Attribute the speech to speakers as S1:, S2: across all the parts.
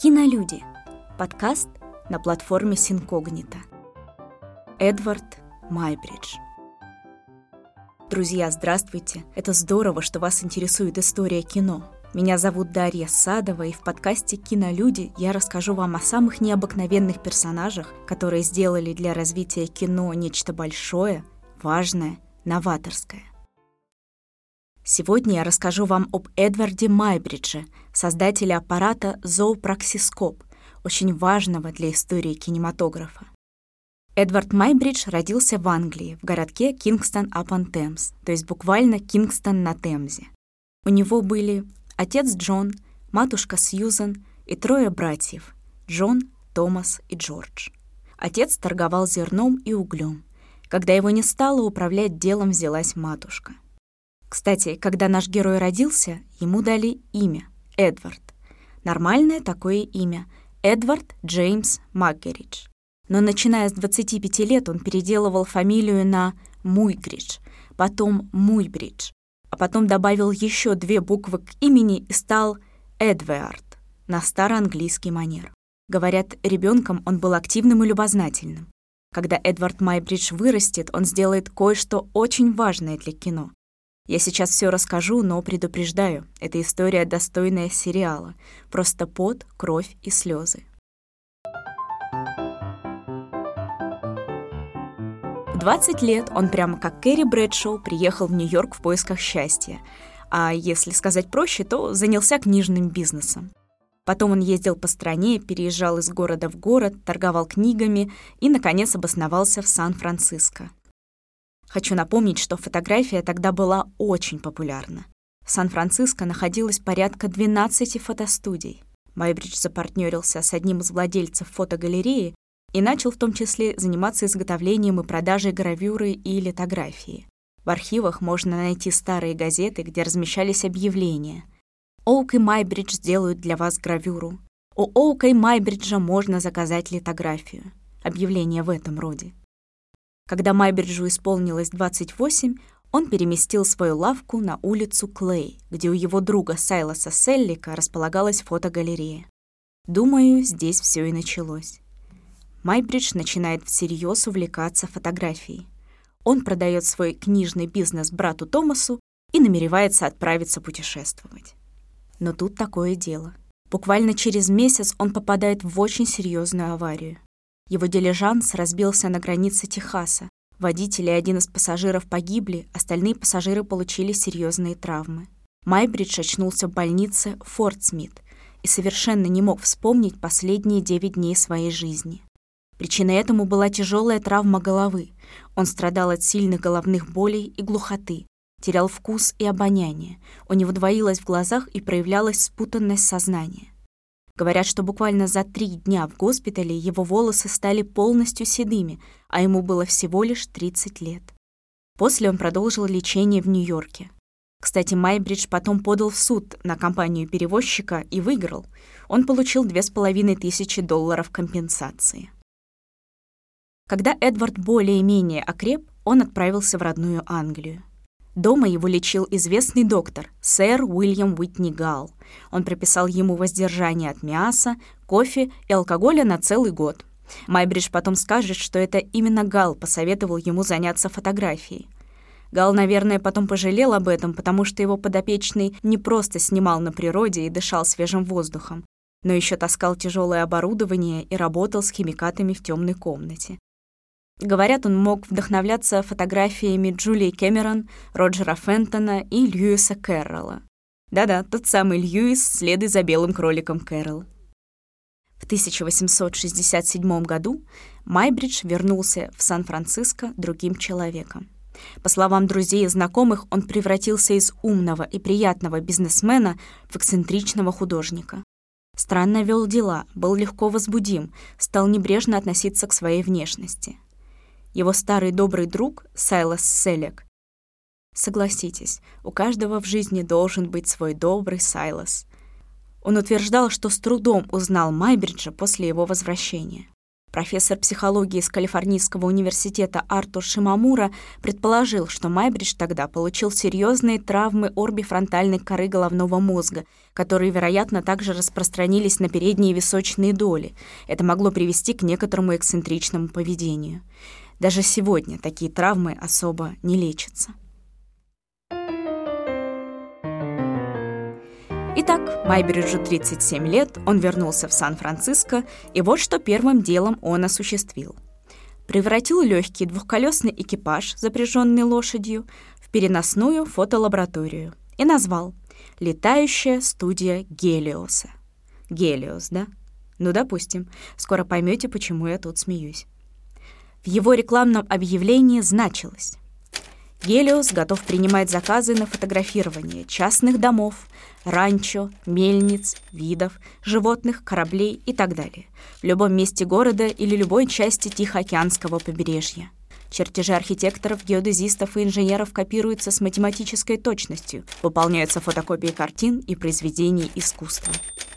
S1: Кинолюди. Подкаст на платформе Синкогнито. Эдвард Майбридж. Друзья, здравствуйте! Это здорово, что вас интересует история кино. Меня зовут Дарья Садова, и в подкасте «Кинолюди» я расскажу вам о самых необыкновенных персонажах, которые сделали для развития кино нечто большое, важное, новаторское. Сегодня я расскажу вам об Эдварде Майбридже, создателе аппарата зоопроксископ, очень важного для истории кинематографа. Эдвард Майбридж родился в Англии, в городке Кингстон-апон-Темс, то есть буквально Кингстон на Темзе. У него были отец Джон, матушка Сьюзан и 3 братьев – Джон, Томас и Джордж. Отец торговал зерном и углем. Когда его не стало, управлять делом взялась матушка. Кстати, когда наш герой родился, ему дали имя – Эдвард. Нормальное такое имя – Эдвард Джеймс Макгеридж. Но начиная с 25 лет он переделывал фамилию на Муйгридж, потом Муйбридж, а потом добавил еще 2 буквы к имени и стал Эдвард на староанглийский манер. Говорят, ребенком он был активным и любознательным. Когда Эдвард Майбридж вырастет, он сделает кое-что очень важное для кино. Я сейчас все расскажу, но предупреждаю, эта история достойная сериала. Просто пот, кровь и слезы. В 20 лет он прямо как Кэрри Брэдшоу приехал в Нью-Йорк в поисках счастья. А если сказать проще, то занялся книжным бизнесом. Потом он ездил по стране, переезжал из города в город, торговал книгами и, наконец, обосновался в Сан-Франциско. Хочу напомнить, что фотография тогда была очень популярна. В Сан-Франциско находилось порядка 12 фотостудий. Майбридж запартнерился с одним из владельцев фотогалереи и начал в том числе заниматься изготовлением и продажей гравюры и литографии. В архивах можно найти старые газеты, где размещались объявления. «Оук и Майбридж сделают для вас гравюру». «У Оука и Майбриджа можно заказать литографию». Объявления в этом роде. Когда Майбриджу исполнилось 28, он переместил свою лавку на улицу Клей, где у его друга Сайласа Селлика располагалась фотогалерея. Думаю, здесь все и началось. Майбридж начинает всерьез увлекаться фотографией. Он продает свой книжный бизнес брату Томасу и намеревается отправиться путешествовать. Но тут такое дело. Буквально через месяц он попадает в очень серьезную аварию. Его дилижанс разбился на границе Техаса. Водитель и один из пассажиров погибли, остальные пассажиры получили серьезные травмы. Майбридж очнулся в больнице Форт Смит и совершенно не мог вспомнить последние 9 дней своей жизни. Причиной этому была тяжелая травма головы. Он страдал от сильных головных болей и глухоты, терял вкус и обоняние. У него двоилось в глазах и проявлялась спутанность сознания. Говорят, что буквально за 3 дня в госпитале его волосы стали полностью седыми, а ему было всего лишь 30 лет. После он продолжил лечение в Нью-Йорке. Кстати, Майбридж потом подал в суд на компанию-перевозчика и выиграл. Он получил $2500 компенсации. Когда Эдвард более-менее окреп, он отправился в родную Англию. Дома его лечил известный доктор, сэр Уильям Уитни Галл. Он прописал ему воздержание от мяса, кофе и алкоголя на целый год. Майбридж потом скажет, что это именно Галл посоветовал ему заняться фотографией. Галл, наверное, потом пожалел об этом, потому что его подопечный не просто снимал на природе и дышал свежим воздухом, но еще таскал тяжелое оборудование и работал с химикатами в темной комнате. Говорят, он мог вдохновляться фотографиями Джулии Кэмерон, Роджера Фентона и Льюиса Кэрролла. Да-да, тот самый Льюис, следуя за белым кроликом Кэрролл. В 1867 году Майбридж вернулся в Сан-Франциско другим человеком. По словам друзей и знакомых, он превратился из умного и приятного бизнесмена в эксцентричного художника. Странно вел дела, был легко возбудим, стал небрежно относиться к своей внешности. Его старый добрый друг Сайлас Селлик. Согласитесь, у каждого в жизни должен быть свой добрый Сайлас. Он утверждал, что с трудом узнал Майбриджа после его возвращения. Профессор психологии из Калифорнийского университета Артур Шимамура предположил, что Майбридж тогда получил серьезные травмы орбифронтальной коры головного мозга, которые, вероятно, также распространились на передние височные доли. Это могло привести к некоторому эксцентричному поведению. Даже сегодня такие травмы особо не лечатся. Итак, Майбриджу 37 лет, он вернулся в Сан-Франциско, и вот что первым делом он осуществил. Превратил легкий двухколесный экипаж, запряженный лошадью, в переносную фотолабораторию и назвал «Летающая студия Гелиоса». Гелиос, да? Ну, допустим. Скоро поймете, почему я тут смеюсь. В его рекламном объявлении значилось: Гелиос готов принимать заказы на фотографирование частных домов, ранчо, мельниц, видов, животных, кораблей и так далее в любом месте города или любой части Тихоокеанского побережья. Чертежи архитекторов, геодезистов и инженеров копируются с математической точностью, выполняются фотокопии картин и произведений искусства.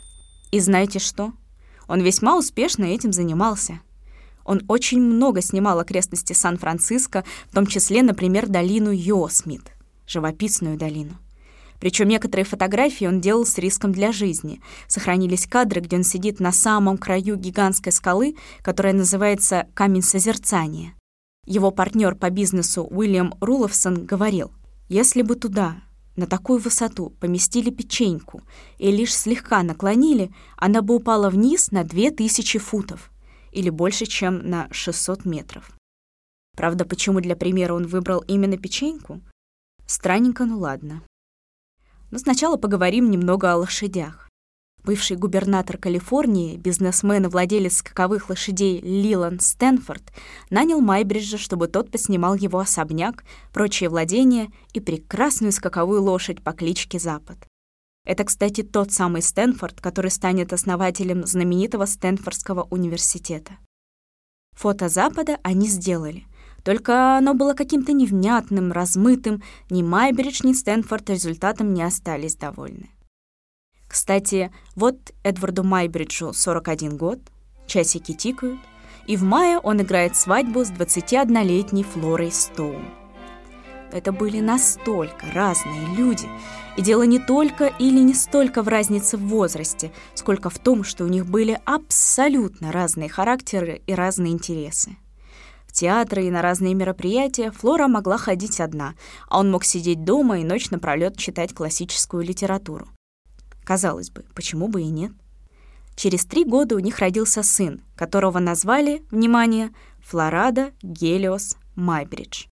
S1: И знаете что? Он весьма успешно этим занимался. Он очень много снимал окрестности Сан-Франциско, в том числе, например, долину Йосемит, живописную долину. Причем некоторые фотографии он делал с риском для жизни. Сохранились кадры, где он сидит на самом краю гигантской скалы, которая называется «Камень созерцания». Его партнер по бизнесу Уильям Руловсон говорил: «Если бы туда, на такую высоту, поместили печеньку и лишь слегка наклонили, она бы упала вниз на 2000 футов, или больше, чем на 600 метров». Правда, почему для примера он выбрал именно печеньку? Странненько, ну ладно. Но сначала поговорим немного о лошадях. Бывший губернатор Калифорнии, бизнесмен и владелец скаковых лошадей Лиланд Стэнфорд нанял Майбриджа, чтобы тот поснимал его особняк, прочие владения и прекрасную скаковую лошадь по кличке Запад. Это, кстати, тот самый Стэнфорд, который станет основателем знаменитого Стэнфордского университета. Фото Запада они сделали. Только оно было каким-то невнятным, размытым. Ни Майбридж, ни Стэнфорд результатом не остались довольны. Кстати, вот Эдварду Майбриджу 41 год, часики тикают, и в мае он играет свадьбу с 21-летней Флорой Стоун. Это были настолько разные люди, и дело не только или не столько в разнице в возрасте, сколько в том, что у них были абсолютно разные характеры и разные интересы. В театры и на разные мероприятия Флора могла ходить одна, а он мог сидеть дома и ночь напролёт читать классическую литературу. Казалось бы, почему бы и нет? Через 3 года у них родился сын, которого назвали, внимание, Флорадо Гелиос Майбридж.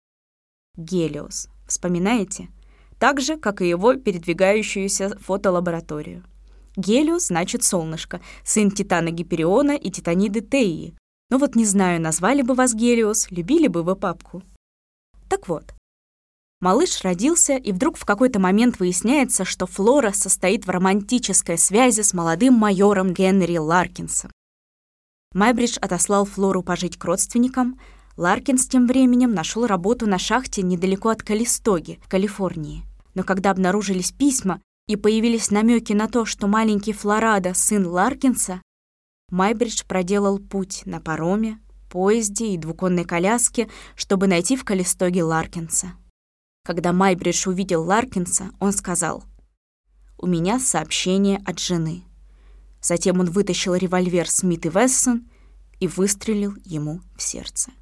S1: Гелиос, вспоминаете? Так же, как и его передвигающуюся фотолабораторию. Гелиос значит солнышко, сын Титана Гипериона и Титаниды Теи. Ну вот не знаю, назвали бы вас Гелиос, любили бы вы папку. Так вот, малыш родился, и вдруг в какой-то момент выясняется, что Флора состоит в романтической связи с молодым майором Генри Ларкинсом. Майбридж отослал Флору пожить к родственникам. Ларкинс тем временем нашел работу на шахте недалеко от Калистоги, в Калифорнии. Но когда обнаружились письма и появились намеки на то, что маленький Флорадо — сын Ларкинса, Майбридж проделал путь на пароме, поезде и двуконной коляске, чтобы найти в Калистоге Ларкинса. Когда Майбридж увидел Ларкинса, он сказал: «У меня сообщение от жены». Затем он вытащил револьвер Смит & Вессон и выстрелил ему в сердце.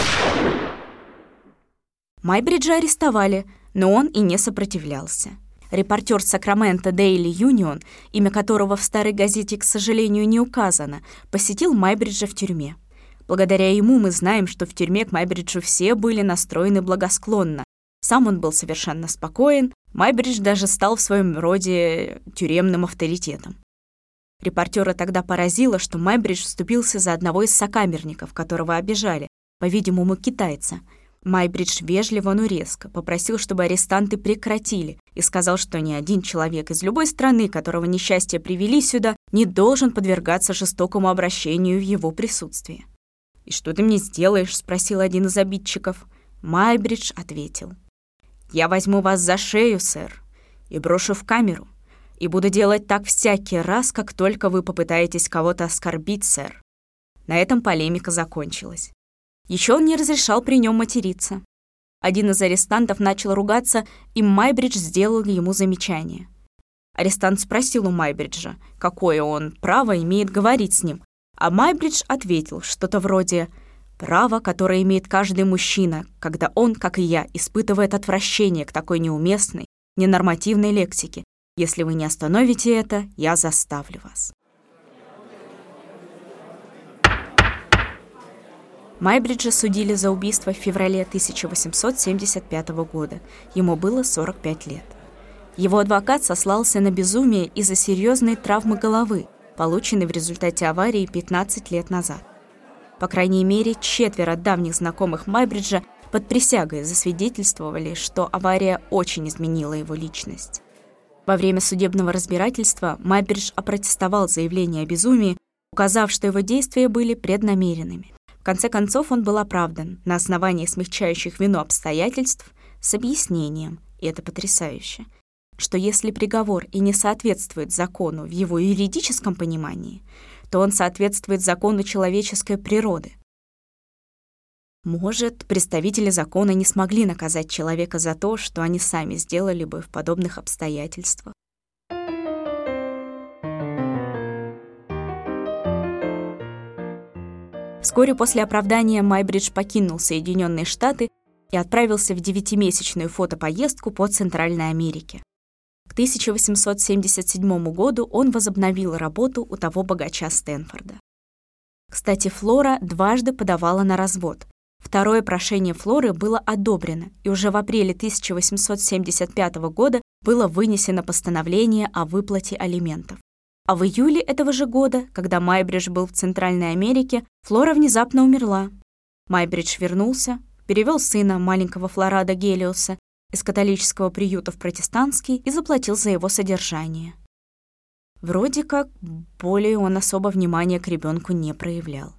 S1: Майбриджа арестовали, но он и не сопротивлялся. Репортер Сакраменто Дейли Юнион, имя которого в старой газете, к сожалению, не указано, посетил Майбриджа в тюрьме. Благодаря ему мы знаем, что в тюрьме к Майбриджу все были настроены благосклонно. Сам он был совершенно спокоен, Майбридж даже стал в своем роде тюремным авторитетом. Репортера тогда поразило, что Майбридж вступился за одного из сокамерников, которого обижали, по-видимому, китайца. Майбридж вежливо, но резко попросил, чтобы арестанты прекратили, и сказал, что ни один человек из любой страны, которого несчастье привели сюда, не должен подвергаться жестокому обращению в его присутствии. «И что ты мне сделаешь?» — спросил один из обидчиков. Майбридж ответил: «Я возьму вас за шею, сэр, и брошу в камеру, и буду делать так всякий раз, как только вы попытаетесь кого-то оскорбить, сэр. На этом полемика закончилась. Еще он не разрешал при нем материться. Один из арестантов начал ругаться, и Майбридж сделал ему замечание. Арестант спросил у Майбриджа, какое он право имеет говорить с ним, а Майбридж ответил что-то вроде «право, которое имеет каждый мужчина, когда он, как и я, испытывает отвращение к такой неуместной, ненормативной лексике. Если вы не остановите это, я заставлю вас». Майбриджа судили за убийство в феврале 1875 года. Ему было 45 лет. Его адвокат сослался на безумие из-за серьезной травмы головы, полученной в результате аварии 15 лет назад. По крайней мере, 4 давних знакомых Майбриджа под присягой засвидетельствовали, что авария очень изменила его личность. Во время судебного разбирательства Майбридж опротестовал заявление о безумии, указав, что его действия были преднамеренными. В конце концов, он был оправдан на основании смягчающих вину обстоятельств с объяснением, и это потрясающе, что если приговор и не соответствует закону в его юридическом понимании, то он соответствует закону человеческой природы. Может, представители закона не смогли наказать человека за то, что они сами сделали бы в подобных обстоятельствах. Вскоре после оправдания Майбридж покинул Соединенные Штаты и отправился в 9-месячную фотопоездку по Центральной Америке. К 1877 году он возобновил работу у того богача Стэнфорда. Кстати, Флора дважды подавала на развод. Второе прошение Флоры было одобрено, и уже в апреле 1875 года было вынесено постановление о выплате алиментов. А в июле этого же года, когда Майбридж был в Центральной Америке, Флора внезапно умерла. Майбридж вернулся, перевел сына, маленького Флорада Гелиоса, из католического приюта в протестантский и заплатил за его содержание. Вроде как, более он особо внимания к ребенку не проявлял.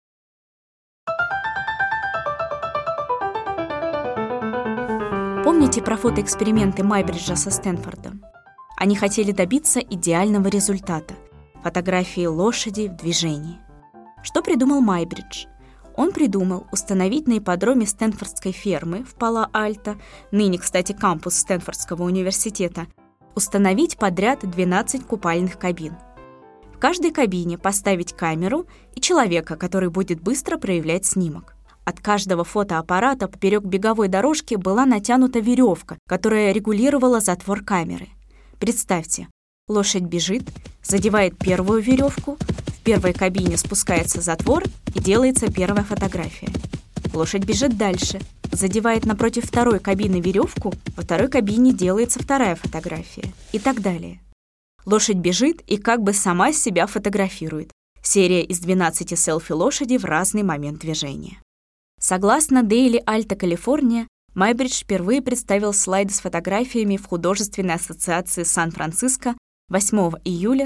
S1: Помните про фотоэксперименты Майбриджа со Стэнфордом? Они хотели добиться идеального результата — фотографии лошади в движении. Что придумал Майбридж? Он придумал установить на ипподроме Стэнфордской фермы в Пало-Альто, ныне, кстати, кампус Стэнфордского университета, установить подряд 12 купальных кабин. В каждой кабине поставить камеру и человека, который будет быстро проявлять снимок. От каждого фотоаппарата поперек беговой дорожки была натянута веревка, которая регулировала затвор камеры. Представьте, лошадь бежит, задевает первую веревку, в первой кабине спускается затвор и делается первая фотография. Лошадь бежит дальше, задевает напротив второй кабины веревку, во второй кабине делается вторая фотография и так далее. Лошадь бежит и как бы сама себя фотографирует. Серия из 12 селфи лошади в разный момент движения. Согласно Daily Alta California, Майбридж впервые представил слайды с фотографиями в художественной ассоциации Сан-Франциско 8 июля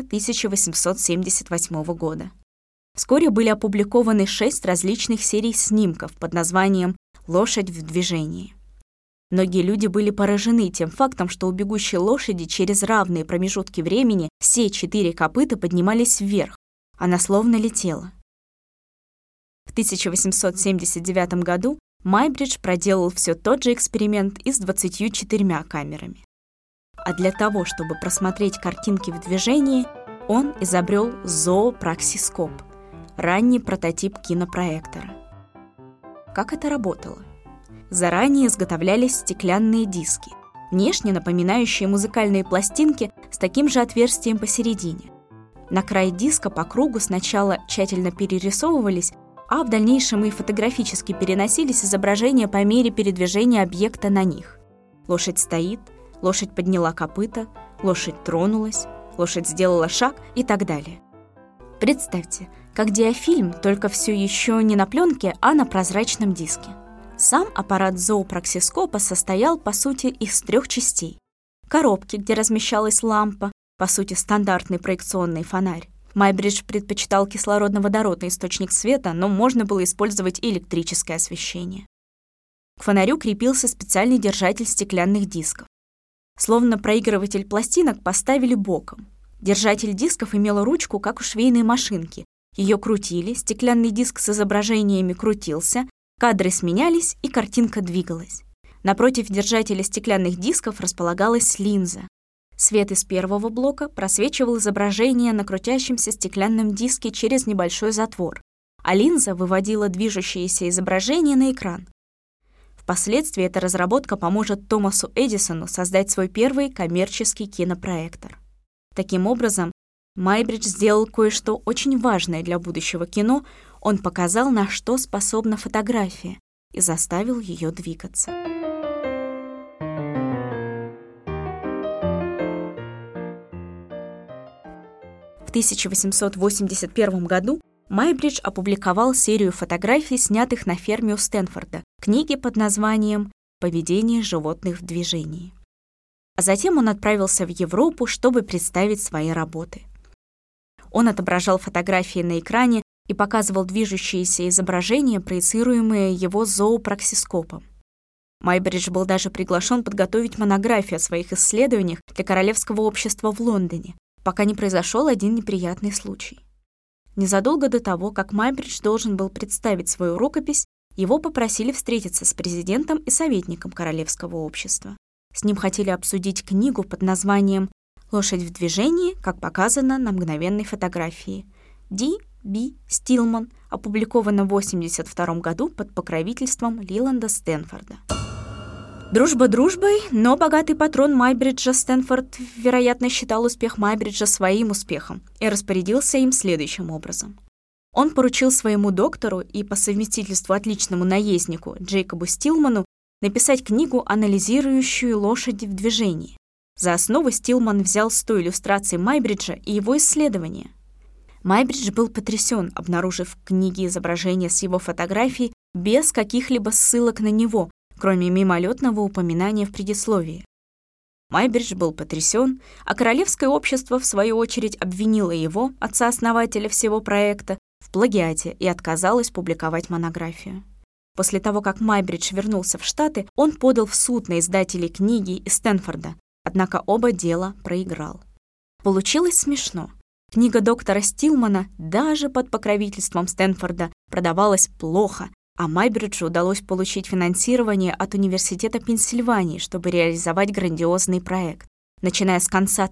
S1: 1878 года. Вскоре были опубликованы 6 различных серий снимков под названием «Лошадь в движении». Многие люди были поражены тем фактом, что у бегущей лошади через равные промежутки времени все 4 копыта поднимались вверх, она словно летела. В 1879 году Майбридж проделал все тот же эксперимент и с 24 камерами. А для того, чтобы просмотреть картинки в движении, он изобрел зоопраксископ, ранний прототип кинопроектора. Как это работало? Заранее изготовлялись стеклянные диски, внешне напоминающие музыкальные пластинки с таким же отверстием посередине. На край диска по кругу сначала тщательно перерисовывались, а в дальнейшем и фотографически переносились изображения по мере передвижения объекта на них. Лошадь стоит, лошадь подняла копыта, лошадь тронулась, лошадь сделала шаг и так далее. Представьте, как диафильм, только все еще не на пленке, а на прозрачном диске. Сам аппарат зоопраксископа состоял, по сути, из 3 частей. Коробки, где размещалась лампа, по сути, стандартный проекционный фонарь. Майбридж предпочитал кислородно-водородный источник света, но можно было использовать и электрическое освещение. К фонарю крепился специальный держатель стеклянных дисков. Словно проигрыватель пластинок поставили боком. Держатель дисков имел ручку, как у швейной машинки, Ее крутили, стеклянный диск с изображениями крутился, кадры сменялись, и картинка двигалась. Напротив держателя стеклянных дисков располагалась линза. Свет из первого блока просвечивал изображение на крутящемся стеклянном диске через небольшой затвор, а линза выводила движущееся изображение на экран. Впоследствии эта разработка поможет Томасу Эдисону создать свой первый коммерческий кинопроектор. Таким образом, Майбридж сделал кое-что очень важное для будущего кино. Он показал, на что способна фотография, и заставил ее двигаться. В 1881 году Майбридж опубликовал серию фотографий, снятых на ферме у Стэнфорда, книги под названием «Поведение животных в движении». А затем он отправился в Европу, чтобы представить свои работы. Он отображал фотографии на экране и показывал движущиеся изображения, проецируемые его зоопроксископом. Майбридж был даже приглашен подготовить монографию о своих исследованиях для Королевского общества в Лондоне, пока не произошел один неприятный случай. Незадолго до того, как Майбридж должен был представить свою рукопись, его попросили встретиться с президентом и советником Королевского общества. С ним хотели обсудить книгу под названием «Лошадь в движении, как показано на мгновенной фотографии». Ди Би Стилман, опубликована в 1982 году под покровительством Лиланда Стэнфорда. Дружба дружбой, но богатый патрон Майбриджа Стэнфорд, вероятно, считал успех Майбриджа своим успехом и распорядился им следующим образом. Он поручил своему доктору и по совместительству отличному наезднику Джейкобу Стилману написать книгу, анализирующую лошади в движении. За основу Стилман взял 100 иллюстраций Майбриджа и его исследования. Майбридж был потрясен, обнаружив в книге изображения с его фотографией без каких-либо ссылок на него, кроме мимолетного упоминания в предисловии. Майбридж был потрясен, а Королевское общество, в свою очередь, обвинило его, отца-основателя всего проекта, в плагиате и отказалось публиковать монографию. После того, как Майбридж вернулся в Штаты, он подал в суд на издателей книги из Стэнфорда, однако оба дела проиграл. Получилось смешно. Книга доктора Стилмана даже под покровительством Стэнфорда продавалась плохо, а Майбриджу удалось получить финансирование от Университета Пенсильвании, чтобы реализовать грандиозный проект. Начиная с конца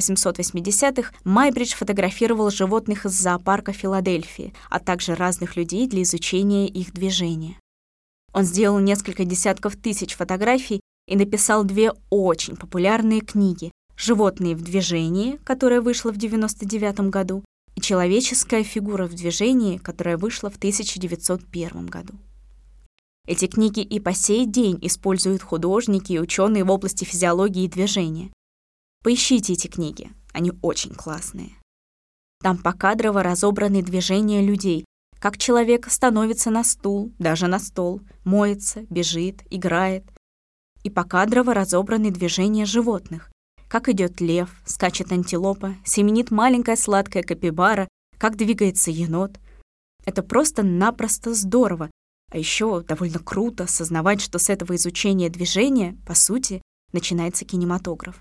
S1: 1880-х, Майбридж фотографировал животных из зоопарка Филадельфии, а также разных людей для изучения их движения. Он сделал несколько десятков тысяч фотографий и написал 2 очень популярные книги «Животные в движении», которая вышла в 1999 году, и «Человеческая фигура в движении», которая вышла в 1901 году. Эти книги и по сей день используют художники и ученые в области физиологии и движения. Поищите эти книги, они очень классные. Там покадрово разобраны движения людей, как человек становится на стул, даже на стол, моется, бежит, играет. И покадрово разобраны движения животных, как идет лев, скачет антилопа, семенит маленькая сладкая капибара, как двигается енот. Это просто-напросто здорово, а еще довольно круто осознавать, что с этого изучения движения, по сути, начинается кинематограф.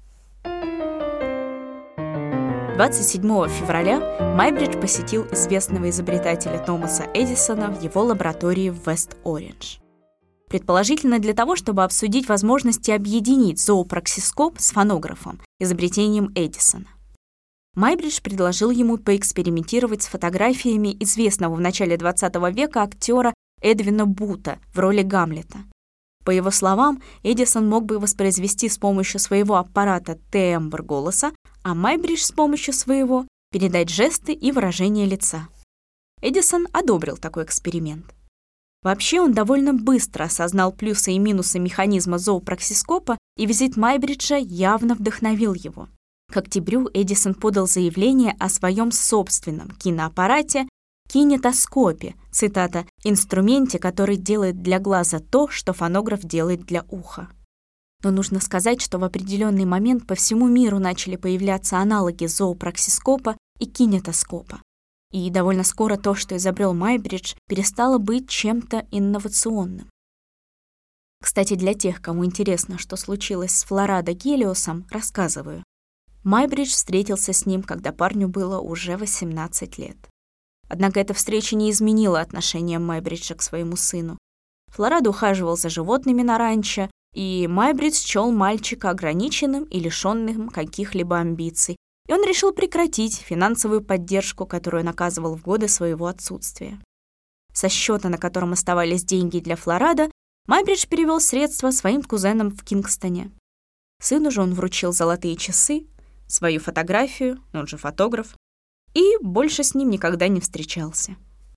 S1: 27 февраля Майбридж посетил известного изобретателя Томаса Эдисона в его лаборатории в Вест-Ориндж. Предположительно для того, чтобы обсудить возможности объединить зоопроксископ с фонографом, изобретением Эдисона. Майбридж предложил ему поэкспериментировать с фотографиями известного в начале XX века актера Эдвина Бута в роли Гамлета. По его словам, Эдисон мог бы воспроизвести с помощью своего аппарата тембр голоса, а Майбридж с помощью своего передать жесты и выражение лица. Эдисон одобрил такой эксперимент. Вообще он довольно быстро осознал плюсы и минусы механизма зоопроксископа, и визит Майбриджа явно вдохновил его. К октябрю Эдисон подал заявление о своем собственном киноаппарате кинетоскопе, цитата, «инструменте, который делает для глаза то, что фонограф делает для уха». Но нужно сказать, что в определенный момент по всему миру начали появляться аналоги зоопроксископа и кинетоскопа. И довольно скоро то, что изобрел Майбридж, перестало быть чем-то инновационным. Кстати, для тех, кому интересно, что случилось с Флорадо Гелиосом, рассказываю. Майбридж встретился с ним, когда парню было уже 18 лет. Однако эта встреча не изменила отношение Майбриджа к своему сыну. Флорадо ухаживал за животными на ранчо, и Майбридж счёл мальчика ограниченным и лишённым каких-либо амбиций, и он решил прекратить финансовую поддержку, которую он оказывал в годы своего отсутствия. Со счета, на котором оставались деньги для Флорадо, Майбридж перевел средства своим кузенам в Кингстоне. Сыну же он вручил золотые часы, свою фотографию, он же фотограф, и больше с ним никогда не встречался.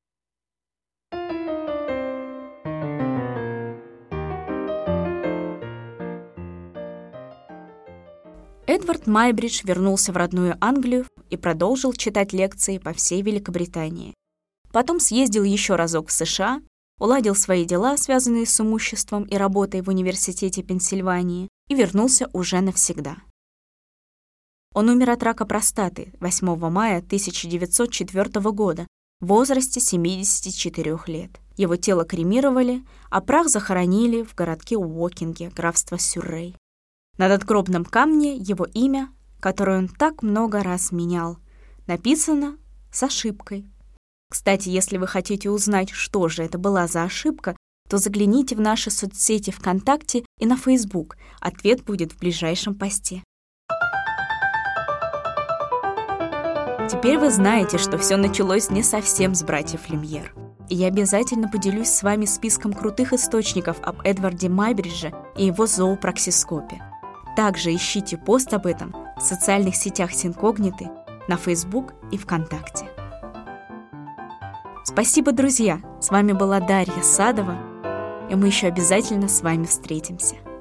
S1: Эдвард Майбридж вернулся в родную Англию и продолжил читать лекции по всей Великобритании. Потом съездил еще разок в США, уладил свои дела, связанные с имуществом и работой в университете Пенсильвании, и вернулся уже навсегда. Он умер от рака простаты 8 мая 1904 года в возрасте 74 лет. Его тело кремировали, а прах захоронили в городке Уокинге, графство Сюррей. На надгробном камне его имя, которое он так много раз менял, написано с ошибкой. Кстати, если вы хотите узнать, что же это была за ошибка, то загляните в наши соцсети ВКонтакте и на Facebook. Ответ будет в ближайшем посте. Теперь вы знаете, что все началось не совсем с братьев Люмьер. И я обязательно поделюсь с вами списком крутых источников об Эдварде Майбридже и его зоопраксископе. Также ищите пост об этом в социальных сетях Синкогниты, на Facebook и ВКонтакте. Спасибо, друзья! С вами была Дарья Садова, и мы еще обязательно с вами встретимся.